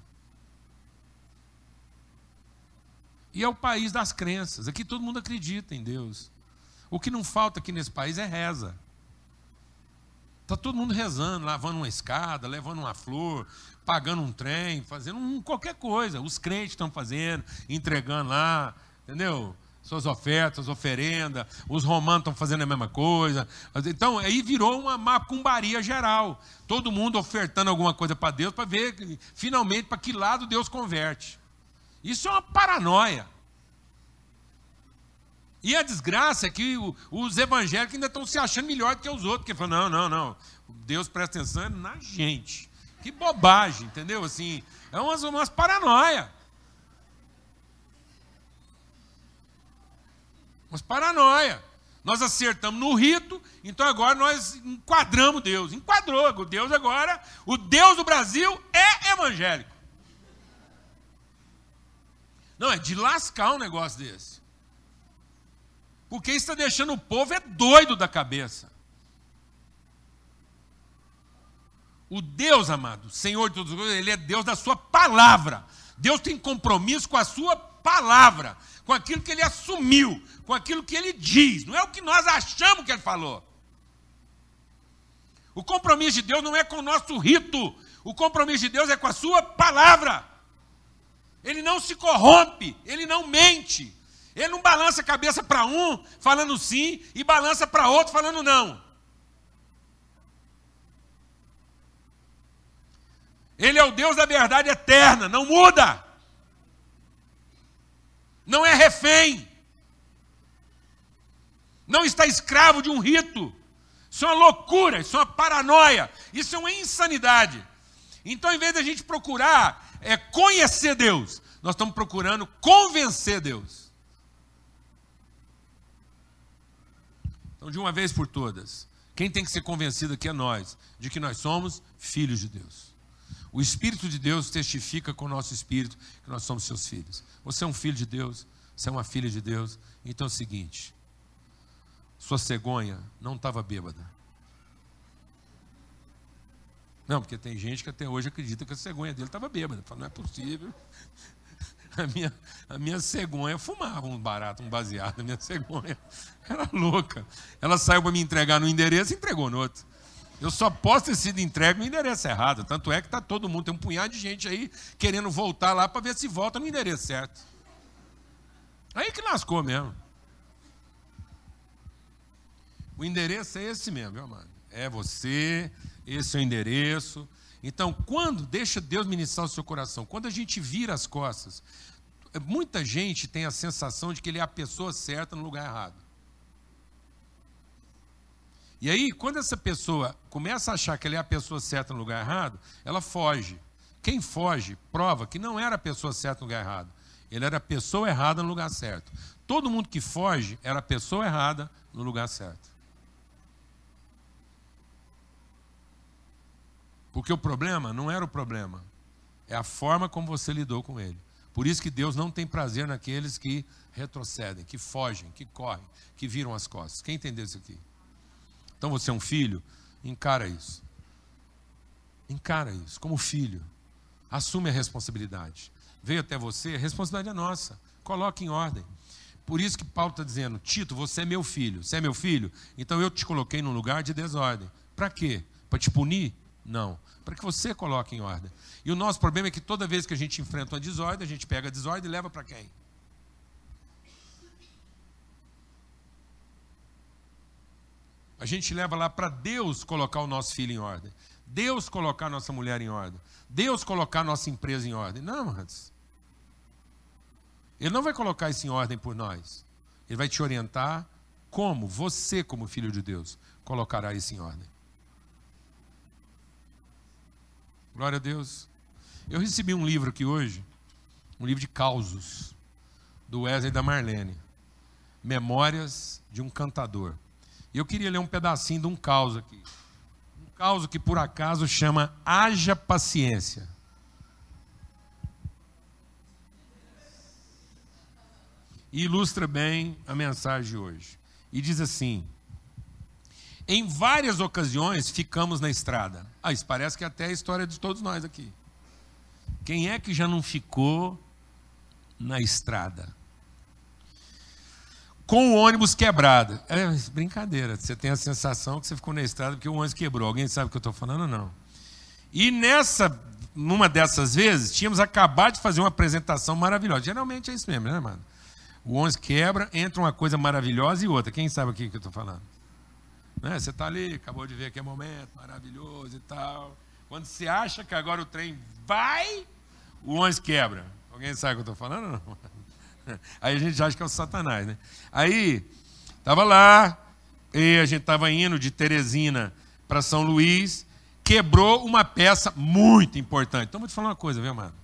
E é o país das crenças. Aqui todo mundo acredita em Deus. O que não falta aqui nesse país é reza. Está todo mundo rezando, lavando uma escada, levando uma flor, pagando um trem, fazendo um, qualquer coisa. Os crentes estão fazendo, entregando lá, entendeu? Suas ofertas, oferendas. Os romanos estão fazendo a mesma coisa. Então, aí virou uma macumbaria geral. Todo mundo ofertando alguma coisa para Deus, para ver, finalmente, para que lado Deus converte. Isso é uma paranoia. E a desgraça é que os evangélicos ainda estão se achando melhor do que os outros, porque falam, não, não, não, Deus presta atenção na gente. Que bobagem, entendeu? Assim, é umas, umas paranoia. Umas paranoia. Nós acertamos no rito, então agora nós enquadramos Deus. Enquadrou, o Deus agora, o Deus do Brasil é evangélico. Não, é de lascar um negócio desse. Porque isso está deixando o povo é doido da cabeça. O Deus, amado, Senhor de todas as coisas, Ele é Deus da sua palavra. Deus tem compromisso com a sua palavra, com aquilo que Ele assumiu, com aquilo que Ele diz. Não é o que nós achamos que Ele falou. O compromisso de Deus não é com o nosso rito. O compromisso de Deus é com a sua palavra. Ele não se corrompe, Ele não mente. Ele não balança a cabeça para um falando sim e balança para outro falando não. Ele é o Deus da verdade eterna, não muda. Não é refém. Não está escravo de um rito. Isso é uma loucura, isso é uma paranoia, isso é uma insanidade. Então, em vez de a gente procurar é, conhecer Deus, nós estamos procurando convencer Deus. Então, de uma vez por todas, quem tem que ser convencido aqui é nós, de que nós somos filhos de Deus. O Espírito de Deus testifica com o nosso Espírito que nós somos seus filhos. Você é um filho de Deus, você é uma filha de Deus. Então é o seguinte, sua cegonha não estava bêbada. Não, porque tem gente que até hoje acredita que a cegonha dele estava bêbada. Fala, não é possível. A minha, a minha cegonha fumava um barato, um baseado. A minha cegonha era louca. Ela saiu para me entregar no endereço e entregou no outro. Eu só posso ter sido entregue no endereço errado. Tanto é que está todo mundo, tem um punhado de gente aí querendo voltar lá para ver se volta no endereço certo. Aí que lascou mesmo. O endereço é esse mesmo, meu amado. É você, esse é o endereço. Então, quando, deixa Deus ministrar o seu coração, quando a gente vira as costas, muita gente tem a sensação de que ele é a pessoa certa no lugar errado. E aí, quando essa pessoa começa a achar que ela é a pessoa certa no lugar errado, ela foge. Quem foge prova que não era a pessoa certa no lugar errado. Ele era a pessoa errada no lugar certo. Todo mundo que foge era a pessoa errada no lugar certo. Porque o problema não era o problema. É a forma como você lidou com ele. Por isso que Deus não tem prazer naqueles que retrocedem, que fogem, que correm, que viram as costas. Quem entendeu isso aqui? Então você é um filho, encara isso. Encara isso como filho. Assume a responsabilidade. Veio até você, a responsabilidade é nossa. Coloque em ordem. Por isso que Paulo está dizendo, Tito, você é meu filho. Você é meu filho? Então eu te coloquei num lugar de desordem. Para quê? Para te punir? Não. Para que você coloque em ordem. E o nosso problema é que toda vez que a gente enfrenta uma desordem, a gente pega a desordem e leva para quem? A gente leva lá para Deus colocar o nosso filho em ordem. Deus colocar a nossa mulher em ordem. Deus colocar a nossa empresa em ordem. Não, amados. Ele não vai colocar isso em ordem por nós. Ele vai te orientar como você, como filho de Deus, colocará isso em ordem. Glória a Deus. Eu recebi um livro aqui hoje, um livro de causos, do Wesley e da Marlene. Memórias de um cantador. E eu queria ler um pedacinho de um caos aqui. Um caos que por acaso chama Haja Paciência. E ilustra bem a mensagem de hoje. E diz assim: em várias ocasiões ficamos na estrada. Ah, isso parece que até é a história de todos nós aqui. Quem é que já não ficou na estrada? Com o ônibus quebrado. É brincadeira, você tem a sensação que você ficou na estrada porque o ônibus quebrou. Alguém sabe o que eu estou falando ou não? E nessa, numa dessas vezes, tínhamos acabado de fazer uma apresentação maravilhosa. Geralmente é isso mesmo, né, mano? O ônibus quebra, entra uma coisa maravilhosa e outra. Quem sabe o que eu estou falando? Né? Você está ali, acabou de ver aquele momento maravilhoso e tal. Quando você acha que agora o trem vai, o ônibus quebra. Alguém sabe o que eu estou falando ou não? Aí a gente acha que é o Satanás, né? Aí, estava lá, e a gente estava indo de Teresina para São Luís, quebrou uma peça muito importante. Então, vou te falar uma coisa, viu, amado?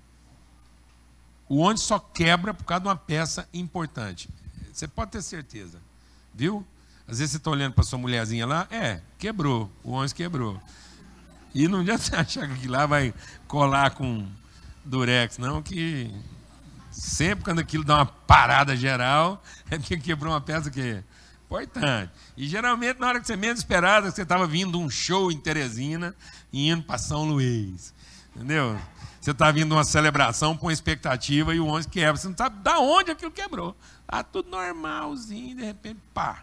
O ônibus só quebra por causa de uma peça importante. Você pode ter certeza, viu? Às vezes você está olhando para sua mulherzinha lá, é, quebrou, o ônibus quebrou. E não adianta você achar que lá vai colar com durex, não, que sempre quando aquilo dá uma parada geral, é porque quebrou uma peça que é importante. E geralmente na hora que você menos esperava, você estava vindo de um show em Teresina e indo para São Luís. Entendeu? Você está vindo de uma celebração com expectativa e o ônibus quebra. Você não sabe de onde aquilo quebrou. Está tudo normalzinho, de repente, pá.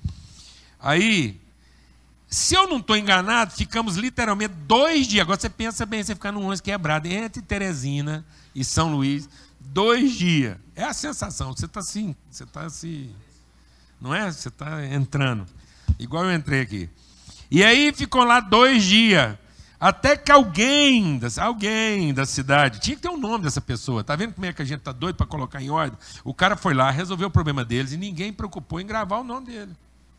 Aí, se eu não estou enganado, ficamos literalmente dois dias. Agora você pensa bem, você ficar num ônibus quebrado entre Teresina e São Luís, dois dias. É a sensação, você está assim, você está assim, não é? Você está entrando, igual eu entrei aqui. E aí ficou lá dois dias, até que alguém, alguém da cidade, tinha que ter um nome dessa pessoa, está vendo como é que a gente está doido para colocar em ordem? O cara foi lá, resolveu o problema deles e ninguém preocupou em gravar o nome dele.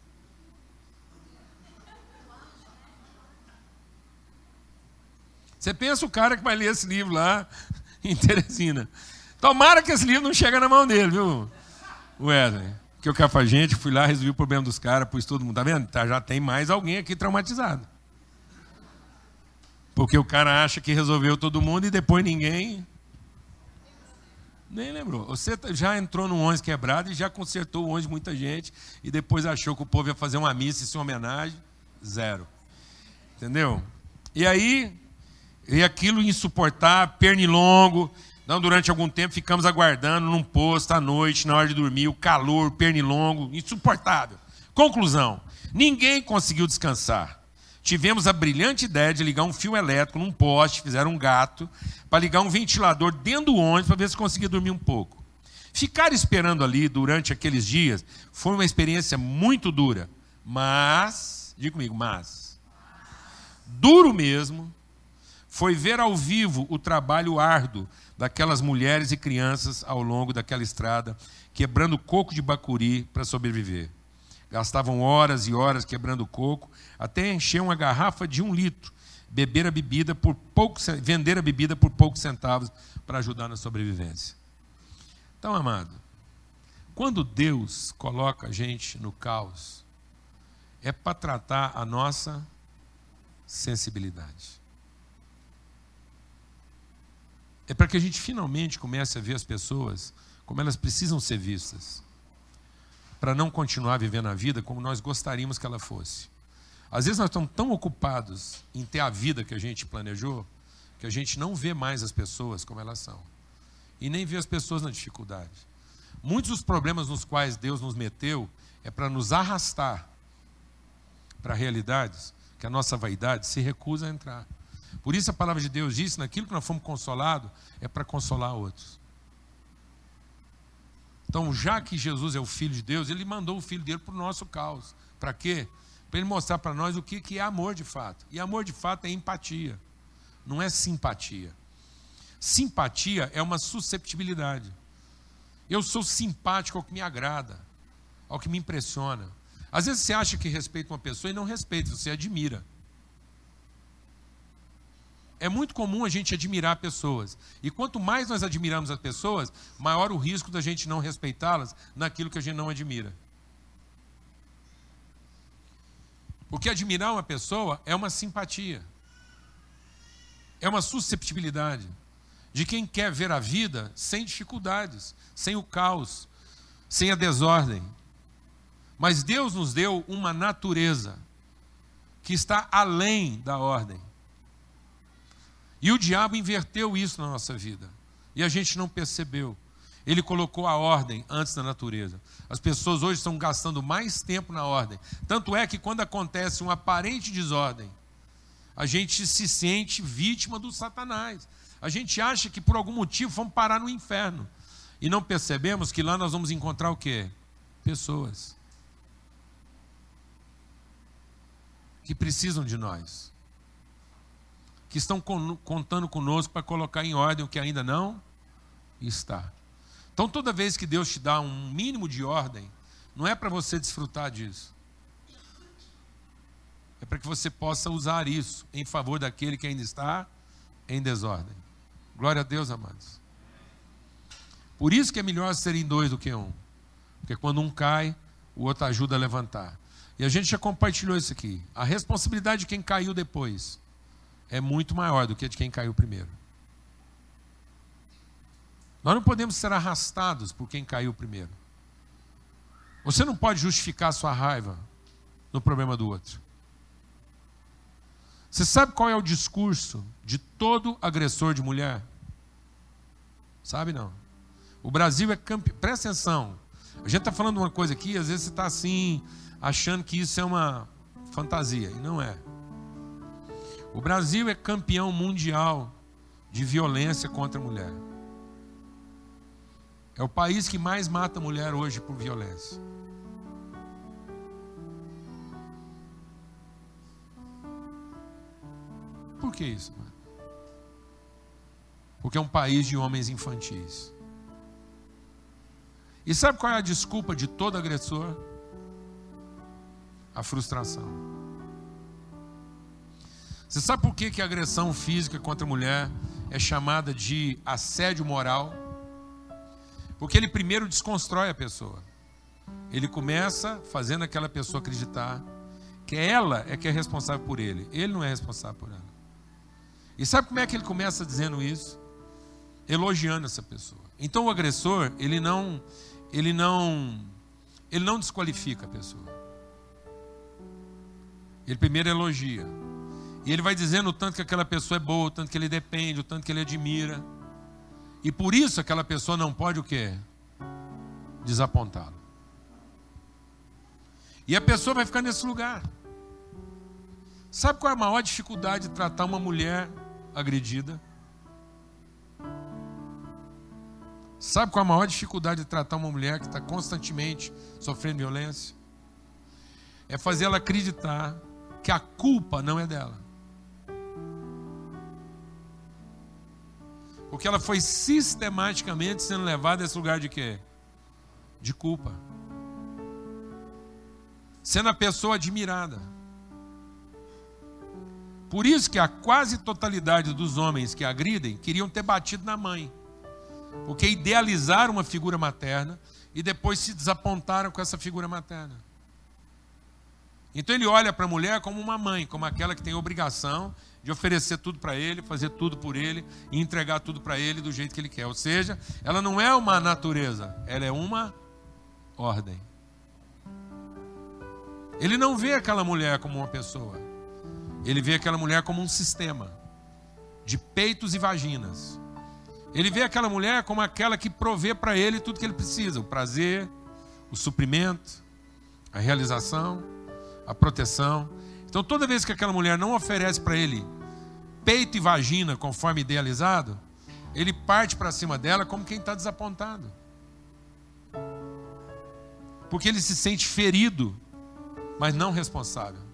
Você pensa o cara que vai ler esse livro lá em Teresina. Tomara que esse livro não chegue na mão dele, viu, Wesley? Que eu quero fazer, gente, fui lá, resolvi o problema dos caras, pus todo mundo, tá vendo? Tá, já tem mais alguém aqui traumatizado. Porque o cara acha que resolveu todo mundo e depois ninguém nem lembrou. Você já entrou num ônibus quebrado e já consertou o ônibus de muita gente e depois achou que o povo ia fazer uma missa em sua homenagem? Zero. Entendeu? E aí, e aquilo insuportável, pernilongo. Então, durante algum tempo ficamos aguardando num posto à noite, na hora de dormir, o calor, o pernilongo, insuportável. Conclusão, ninguém conseguiu descansar. Tivemos a brilhante ideia de ligar um fio elétrico num poste, fizeram um gato, para ligar um ventilador dentro do ônibus para ver se conseguia dormir um pouco. Ficar esperando ali durante aqueles dias foi uma experiência muito dura, mas, diga comigo, mas, duro mesmo, foi ver ao vivo o trabalho árduo daquelas mulheres e crianças ao longo daquela estrada, quebrando coco de bacuri para sobreviver. Gastavam horas e horas quebrando coco, até encher uma garrafa de um litro, beber a bebida por pouco, vender a bebida por poucos centavos para ajudar na sobrevivência. Então, amado, quando Deus coloca a gente no caos, é para tratar a nossa sensibilidade. É para que a gente finalmente comece a ver as pessoas como elas precisam ser vistas, para não continuar vivendo a vida como nós gostaríamos que ela fosse. Às vezes nós estamos tão ocupados em ter a vida que a gente planejou, que a gente não vê mais as pessoas como elas são. E nem vê as pessoas na dificuldade. Muitos dos problemas nos quais Deus nos meteu é para nos arrastar para realidades que a nossa vaidade se recusa a entrar. Por isso a palavra de Deus diz, naquilo que nós fomos consolados, é para consolar outros. Então, já que Jesus é o Filho de Deus, Ele mandou o Filho dele para o nosso caos. Para quê? Para Ele mostrar para nós o que é amor de fato. E amor de fato é empatia, não é simpatia. Simpatia é uma susceptibilidade. Eu sou simpático ao que me agrada, ao que me impressiona. Às vezes você acha que respeita uma pessoa e não respeita, você admira. É muito comum a gente admirar pessoas. E quanto mais nós admiramos as pessoas, maior o risco da gente não respeitá-las naquilo que a gente não admira. Porque admirar uma pessoa é uma simpatia. É uma susceptibilidade de quem quer ver a vida sem dificuldades, sem o caos, sem a desordem. Mas Deus nos deu uma natureza que está além da ordem. E o diabo inverteu isso na nossa vida. E a gente não percebeu. Ele colocou a ordem antes da natureza. As pessoas hoje estão gastando mais tempo na ordem. Tanto é que quando acontece uma aparente desordem, a gente se sente vítima do Satanás. A gente acha que por algum motivo vamos parar no inferno. E não percebemos que lá nós vamos encontrar o quê? Pessoas que precisam de nós, que estão contando conosco para colocar em ordem o que ainda não está. Então, toda vez que Deus te dá um mínimo de ordem, não é para você desfrutar disso. É para que você possa usar isso em favor daquele que ainda está em desordem. Glória a Deus, amados. Por isso que é melhor serem dois do que um. Porque quando um cai, o outro ajuda a levantar. E a gente já compartilhou isso aqui. A responsabilidade de quem caiu depois é muito maior do que a de quem caiu primeiro. Nós não podemos ser arrastados por quem caiu primeiro. Você não pode justificar a sua raiva no problema do outro. Você sabe qual é o discurso de todo agressor de mulher? Sabe não? O Brasil é campeão. Presta atenção. A gente está falando uma coisa aqui, às vezes você está assim, achando que isso é uma fantasia. E não é. O Brasil é campeão mundial de violência contra a mulher. É o país que mais mata a mulher hoje por violência. Por que isso, mano? Porque é um país de homens infantis. E sabe qual é a desculpa de todo agressor? A frustração. Você sabe por que que a agressão física contra a mulher é chamada de assédio moral? Porque ele primeiro desconstrói a pessoa. Ele começa fazendo aquela pessoa acreditar que ela é que é responsável por ele. Ele não é responsável por ela. E sabe como é que ele começa dizendo isso? Elogiando essa pessoa. Então o agressor, ele não, ele não, ele não desqualifica a pessoa. Ele primeiro elogia. E ele vai dizendo o tanto que aquela pessoa é boa, o tanto que ele depende, o tanto que ele admira. E por isso aquela pessoa não pode o quê? Desapontá-lo. E a pessoa vai ficar nesse lugar. Sabe qual é a maior dificuldade de tratar uma mulher agredida? Sabe qual é a maior dificuldade de tratar uma mulher que está constantemente sofrendo violência? É fazer ela acreditar que a culpa não é dela. Porque ela foi sistematicamente sendo levada a esse lugar de quê? De culpa. sendo a pessoa admirada. Por isso que a quase totalidade dos homens que agridem queriam ter batido na mãe, porque idealizaram uma figura materna e depois se desapontaram com essa figura materna. Então ele olha para a mulher como uma mãe, como aquela que tem a obrigação de oferecer tudo para ele, fazer tudo por ele e entregar tudo para ele do jeito que ele quer. Ou seja, ela não é uma natureza, ela é uma ordem. Ele não vê aquela mulher como uma pessoa. Ele vê aquela mulher como um sistema de peitos e vaginas. Ele vê aquela mulher como aquela que provê para ele tudo que ele precisa: o prazer, o suprimento, a realização, a proteção. Então toda vez que aquela mulher não oferece para ele peito e vagina conforme idealizado, ele parte para cima dela como quem está desapontado, porque ele se sente ferido, mas não responsável.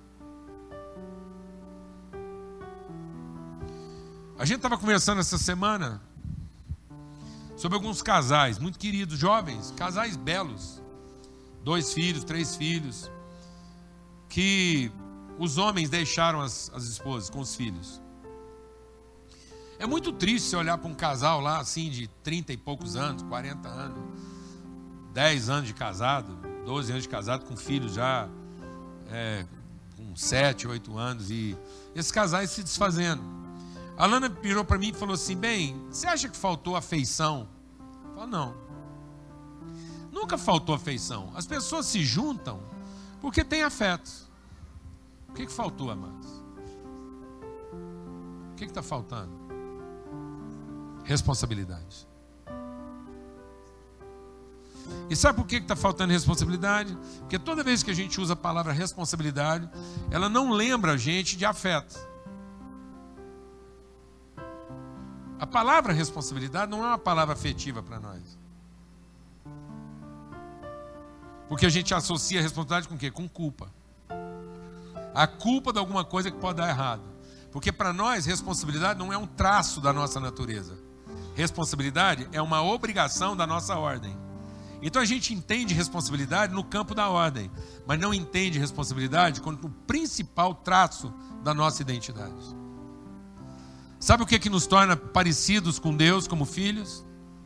A gente estava conversando essa semana sobre alguns casais muito queridos, jovens, casais belos, dois filhos, três filhos, que os homens deixaram as, as esposas com os filhos. É muito triste você olhar para um casal lá assim de trinta e poucos anos, quarenta anos, dez anos de casado, doze anos de casado, com filhos já é, com sete, oito anos, e esses casais se desfazendo. A Lana virou para mim e falou assim: bem, você acha que faltou afeição? Eu falei: não, nunca faltou afeição. As pessoas se juntam porque têm afeto. O que, que faltou, amados? O que está faltando? Responsabilidade. E sabe por que está faltando responsabilidade? Porque toda vez que a gente usa a palavra responsabilidade, ela não lembra a gente de afeto. A palavra responsabilidade não é uma palavra afetiva para nós. Porque a gente associa a responsabilidade com o quê? Com culpa. A culpa de alguma coisa que pode dar errado. Porque para nós, responsabilidade não é um traço da nossa natureza. Responsabilidade é uma obrigação da nossa ordem. Então a gente entende responsabilidade no campo da ordem, mas não entende responsabilidade como o principal traço da nossa identidade. Sabe o que, que nos torna parecidos com Deus como filhos?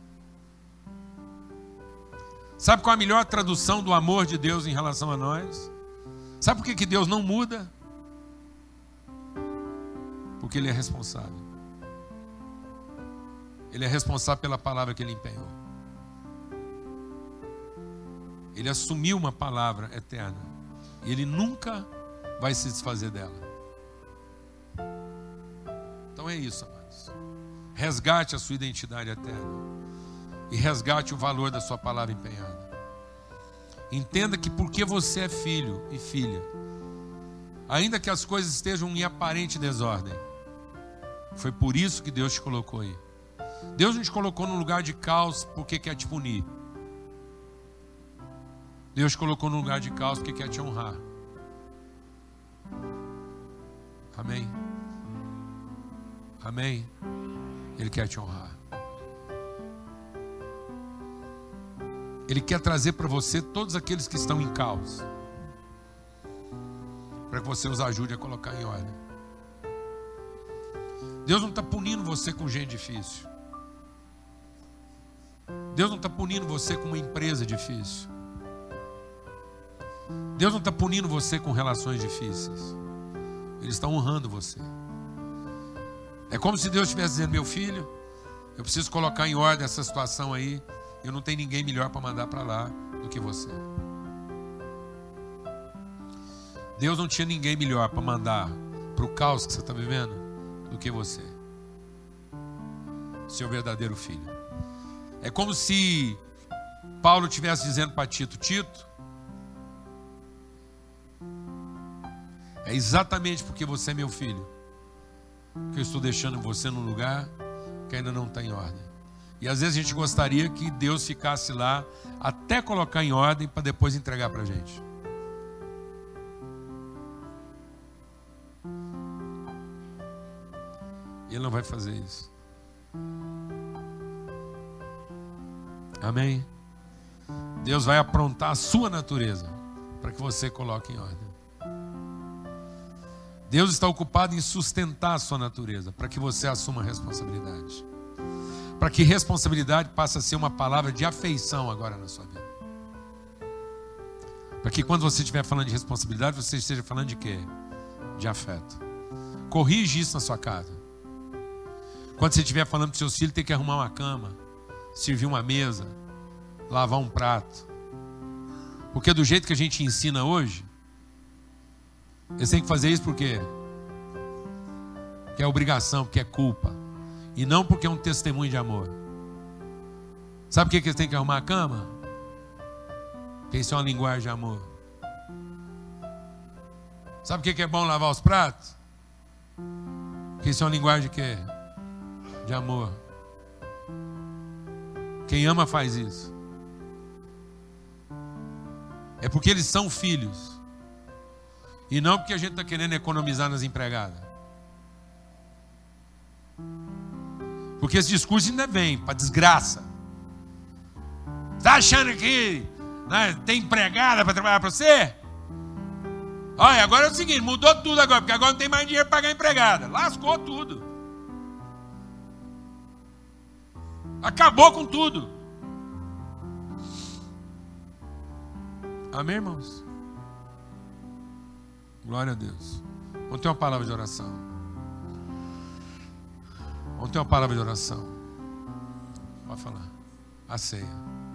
Sabe qual é a melhor tradução do amor de Deus em relação a nós? Sabe por que, que Deus não muda? Porque Ele é responsável. Ele é responsável pela palavra que Ele empenhou. Ele assumiu uma palavra eterna e Ele nunca vai se desfazer dela. Então é isso, amados. Resgate a sua identidade eterna e resgate o valor da sua palavra empenhada. Entenda que porque você é filho e filha, ainda que as coisas estejam em aparente desordem, foi por isso que Deus te colocou aí. Deus não te colocou num lugar de caos porque quer te punir. Deus te colocou num lugar de caos porque quer te honrar. Amém? Amém? Ele quer te honrar. Ele quer trazer para você todos aqueles que estão em caos, para que você os ajude a colocar em ordem. Deus não está punindo você com gente difícil. Deus não está punindo você com uma empresa difícil. Deus não está punindo você com relações difíceis. Ele está honrando você. É como se Deus estivesse dizendo: meu filho, eu preciso colocar em ordem essa situação aí. Eu não tenho ninguém melhor para mandar para lá do que você. Deus não tinha ninguém melhor para mandar para o caos que você está vivendo do que você, seu verdadeiro filho. É como se Paulo estivesse dizendo para Tito: Tito, é exatamente porque você é meu filho que eu estou deixando você num lugar que ainda não está em ordem. E às vezes a gente gostaria que Deus ficasse lá até colocar em ordem para depois entregar para a gente. Ele não vai fazer isso. Amém? Deus vai aprontar a sua natureza para que você coloque em ordem. Deus está ocupado em sustentar a sua natureza, para que você assuma a responsabilidade. Para que responsabilidade passe a ser uma palavra de afeição agora na sua vida. Para que quando você estiver falando de responsabilidade, você esteja falando de quê? De afeto. Corrige isso na sua casa. Quando você estiver falando para os seus filhos, tem que arrumar uma cama, servir uma mesa, lavar um prato. Porque do jeito que a gente ensina hoje, eles têm que fazer isso por quê? Porque é obrigação, porque é culpa. E não porque é um testemunho de amor. Sabe por que eles têm que arrumar a cama? Porque isso é uma linguagem de amor. Sabe por que é bom lavar os pratos? Porque isso é uma linguagem de quê? De amor. Quem ama faz isso. É porque eles são filhos. E não porque a gente está querendo economizar nas empregadas. Porque esse discurso ainda vem para desgraça. Está achando que, né, tem empregada para trabalhar para você? Olha, agora é o seguinte, mudou tudo agora, porque agora não tem mais dinheiro para pagar empregada. Lascou tudo. Acabou com tudo. Amém, irmãos? Glória a Deus. Vamos ter uma palavra de oração. Vamos ter uma palavra de oração. Pode falar. A ceia.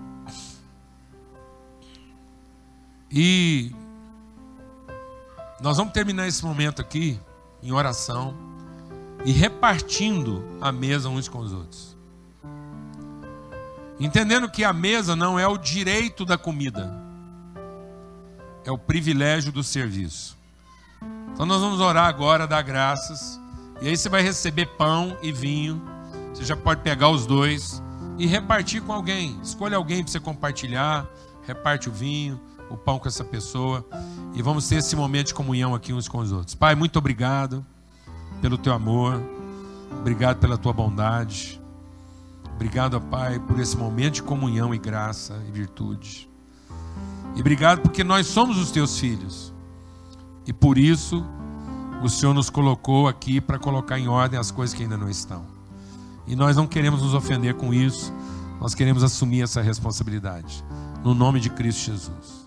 E nós vamos terminar esse momento aqui em oração e repartindo a mesa uns com os outros. Entendendo que a mesa não é o direito da comida, é o privilégio do serviço. Então nós vamos orar agora, dar graças, e aí você vai receber pão e vinho. Você já pode pegar os dois e repartir com alguém. Escolha alguém para você compartilhar, reparte o vinho, o pão com essa pessoa, e vamos ter esse momento de comunhão aqui uns com os outros. Pai, muito obrigado pelo teu amor, obrigado pela tua bondade, obrigado, Pai, por esse momento de comunhão e graça e virtude, e obrigado porque nós somos os teus filhos, e por isso o Senhor nos colocou aqui para colocar em ordem as coisas que ainda não estão, e nós não queremos nos ofender com isso, nós queremos assumir essa responsabilidade, no nome de Cristo Jesus.